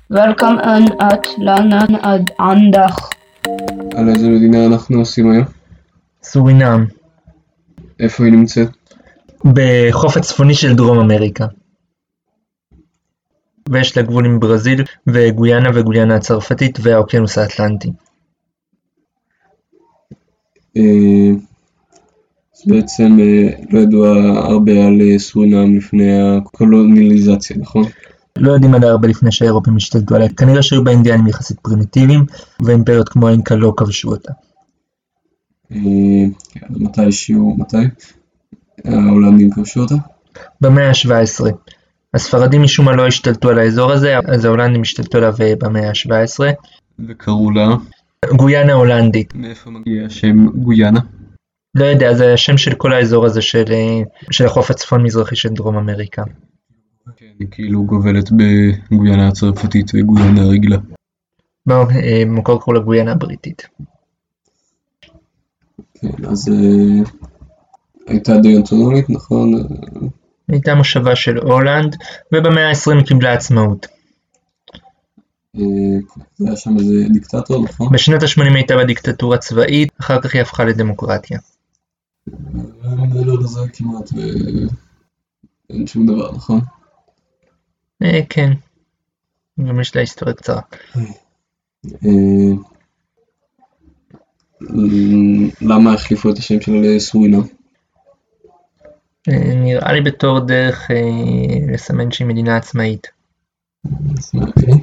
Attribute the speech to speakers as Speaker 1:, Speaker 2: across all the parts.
Speaker 1: Welcome at London Andach.
Speaker 2: על איזה מדינה אנחנו עושים היום?
Speaker 3: סורינם,
Speaker 2: איפה היא נמצאת?
Speaker 3: בחוף הצפוני של דרום אמריקה. ויש לה גבול עם ברזיל וגויאנה וגויאנה הצרפתית והאוקיינוס האטלנטי.
Speaker 2: אז בעצם לא ידוע הרבה על סורינם לפני הקולוניאליזציה, נכון?
Speaker 3: לא יודעים עליה הרבה לפני שהאירופים השתלטו עליה, כנראה שהיו בה אינדיאנים יחסית פרימיטיביים, ואימפריות כמו האינקה לא כבשו אותה.
Speaker 2: מתי ההולנדים כבשו אותה?
Speaker 3: במאה ה-17. הספרדים משום מה לא השתלטו על האזור הזה, אז ההולנדים השתלטו עליו במאה ה-17.
Speaker 2: וקראו לה?
Speaker 3: גויאנה הולנדית.
Speaker 2: מאיפה מגיע השם גויאנה?
Speaker 3: לא יודע, זה השם של כל האזור הזה של החוף הצפון-מזרחי של דרום אמריקה.
Speaker 2: כן, היא כאילו גובלת בגויאנה הצרפתית וגויאנה הרגילה.
Speaker 3: במקור קראו לה גויאנה הבריטית.
Speaker 2: כן, אז הייתה די אוטונומית, נכון?
Speaker 3: הייתה מושבה של הולנד, ובמאה ה-20 קיבלה עצמאות.
Speaker 2: זה היה שם איזה דיקטטור, נכון?
Speaker 3: בשנות ה-80 הייתה בדיקטטורה צבאית, אחר כך היא הפכה לדמוקרטיה.
Speaker 2: לא לזה כמעט ואין שום דבר, נכון?
Speaker 3: כן, גם יש לה היסטוריה קצרה.
Speaker 2: למה החליפו את השם שלה לסורינם?
Speaker 3: נראה לי בתור דרך לסמן שהיא מדינה עצמאית.
Speaker 2: אוקיי.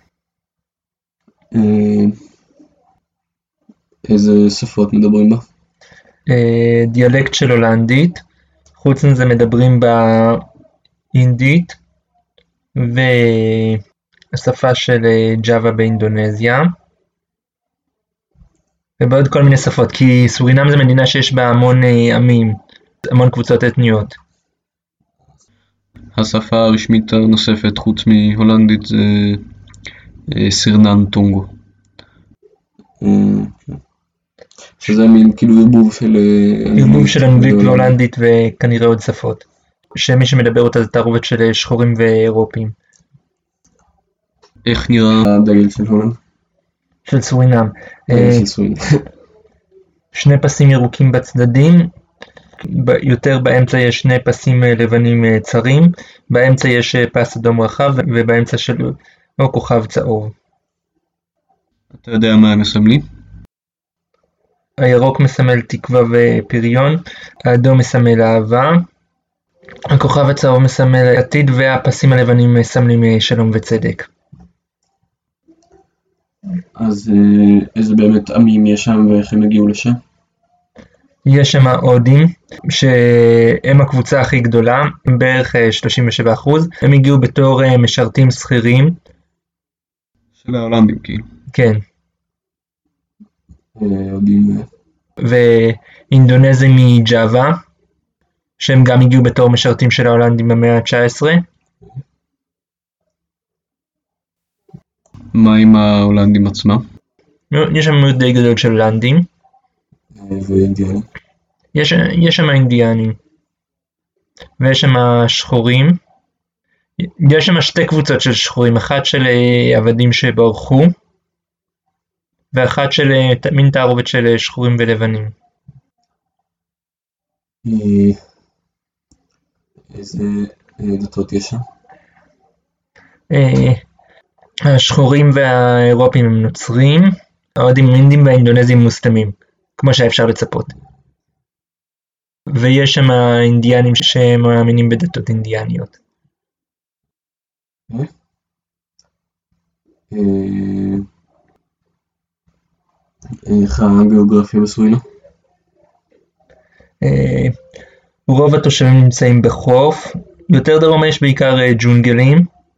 Speaker 2: איזה שפות מדברים בה?
Speaker 3: דיאלקט של הולנדית, חוץ מזה מדברים באינדית, והשפה של ג'אווה באינדונזיה, ובעוד כל מיני שפות, כי סורינם זה מדינה שיש בה המון עמים, המון קבוצות אתניות.
Speaker 2: השפה הרשמית הנוספת חוץ מהולנדית זה סירנן טונגו. שזה מין כאילו
Speaker 3: ערבוב של אנגלית והולנדית וכנראה עוד שפות. שמי שמדבר אותה זה תערובת של שחורים ואירופים.
Speaker 2: איך נראה הדגל של הולנד?
Speaker 3: של סורינם.
Speaker 2: של סורינם.
Speaker 3: שני פסים ירוקים בצדדים, יותר באמצע יש שני פסים לבנים צרים, באמצע יש פס אדום רחב ובאמצע שלו כוכב צהוב.
Speaker 2: אתה יודע מה הם מסמלים?
Speaker 3: הירוק מסמל תקווה ופריון, האדום מסמל אהבה, הכוכב הצהוב מסמל עתיד והפסים הלבנים מסמלים שלום וצדק.
Speaker 2: אז איזה באמת עמים יש שם ואיך הם הגיעו לשם?
Speaker 3: יש שם הודים שהם הקבוצה הכי גדולה, הם בערך 37%, הם הגיעו בתור משרתים שכירים.
Speaker 2: של ההולנדים כאילו.
Speaker 3: כן.
Speaker 2: הודים.
Speaker 3: ואינדונזים מג'אווה, שהם גם הגיעו בתור משרתים של ההולנדים במאה ה-19.
Speaker 2: מה עם ההולנדים עצמם?
Speaker 3: יש שם מיעוט די גדול של הולנדים.
Speaker 2: ואינדיאנים?
Speaker 3: יש שם אינדיאנים. ויש שם שחורים. יש שם שתי קבוצות של שחורים, אחת של עבדים שברחו, ואחת של מין תערובת של שחורים ולבנים.
Speaker 2: איזה דתות יש שם?
Speaker 3: השחורים והאירופים הם נוצרים, ההודים אינדים והאינדונזים מוסלמים, כמו שאפשר לצפות. ויש שם אינדיאנים שמאמינים בדתות אינדיאניות.
Speaker 2: איך הגיאוגרפיה בסורינם?
Speaker 3: רוב התושבים נמצאים בחוף, יותר דרומה יש בעיקר ג'ונגלים,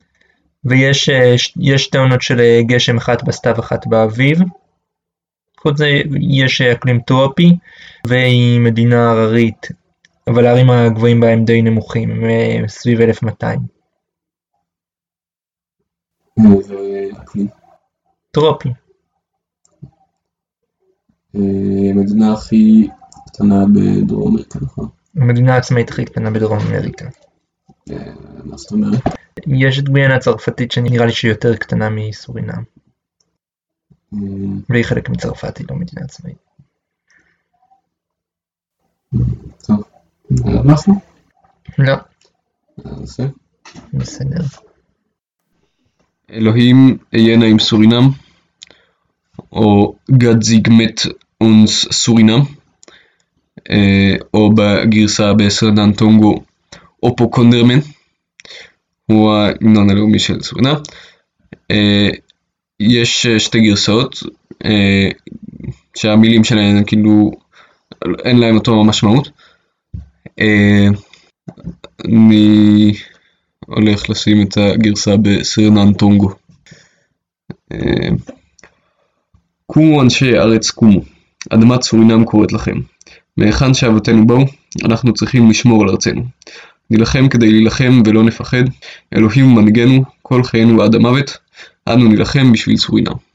Speaker 3: ויש טעונות של גשם אחת בסתיו אחת באביב. חוץ זה יש אקלים טרופי, והיא מדינה הררית, אבל הערים הגבוהים בה הם די נמוכים, סביב 1200.
Speaker 2: ואקלים?
Speaker 3: טרופי.
Speaker 2: המדינה הכי קטנה בדרום אמריקה, נכון?
Speaker 3: המדינה העצמאית הכי קטנה בדרום אמריקה.
Speaker 2: מה זאת אומרת?
Speaker 3: יש את גויאנה הצרפתית שנראה לי שהיא יותר קטנה מסורינם. והיא חלק מצרפת, היא לא מדינה עצמאית.
Speaker 2: טוב, אנחנו?
Speaker 3: לא.
Speaker 2: זה?
Speaker 3: בסדר.
Speaker 2: אלוהים איינה עם סורינם, או גד זיג מת אונס סורינם, או בגרסה בסרנן טונגו אופו קונדרמן, הוא ההמנון הלאומי של סורינם. יש שתי גרסאות שהמילים שלהן כאילו אין להם אותו משמעות. אני הולך לשים את הגרסה בסרנן טונגו. קומו אנשי הארץ קומו, אדמת סורינם קוראת לכם. מהיכן שאבותינו באו, אנחנו צריכים לשמור על ארצנו. נלחם כדי להילחם ולא נפחד. אלוהים מנהיגנו, כל חיינו עד המוות. אנו נלחם בשביל סורינם.